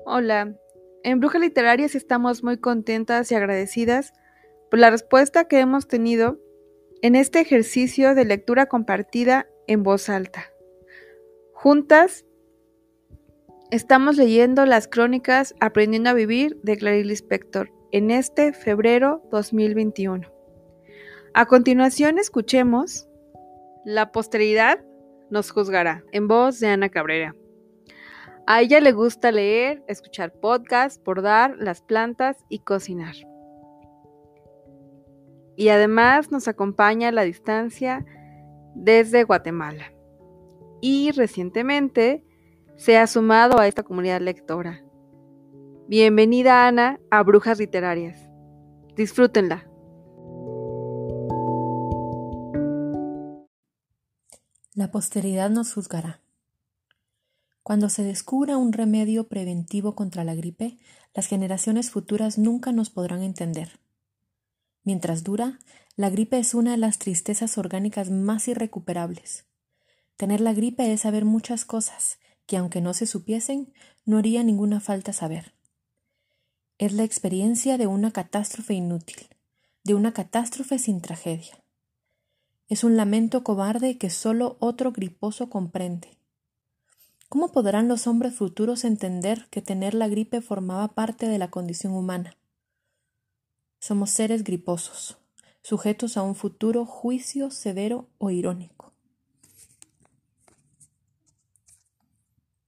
Hola, en Brujas Literarias estamos muy contentas y agradecidas por la respuesta que hemos tenido en este ejercicio de lectura compartida en voz alta. Juntas estamos leyendo las crónicas Aprendiendo a Vivir de Clarice Lispector en este febrero 2021. A continuación escuchemos La posteridad nos juzgará, en voz de Ana Cabrera. A ella le gusta leer, escuchar podcasts, bordar, las plantas y cocinar. Y además nos acompaña a la distancia desde Guatemala. Y recientemente se ha sumado a esta comunidad lectora. Bienvenida, Ana, a Brujas Literarias. Disfrútenla. La posteridad nos juzgará. Cuando se descubra un remedio preventivo contra la gripe, las generaciones futuras nunca nos podrán entender. Mientras dura, la gripe es una de las tristezas orgánicas más irrecuperables. Tener la gripe es saber muchas cosas que, aunque no se supiesen, no haría ninguna falta saber. Es la experiencia de una catástrofe inútil, de una catástrofe sin tragedia. Es un lamento cobarde que solo otro griposo comprende. ¿Cómo podrán los hombres futuros entender que tener la gripe formaba parte de la condición humana? Somos seres griposos, sujetos a un futuro juicio severo o irónico.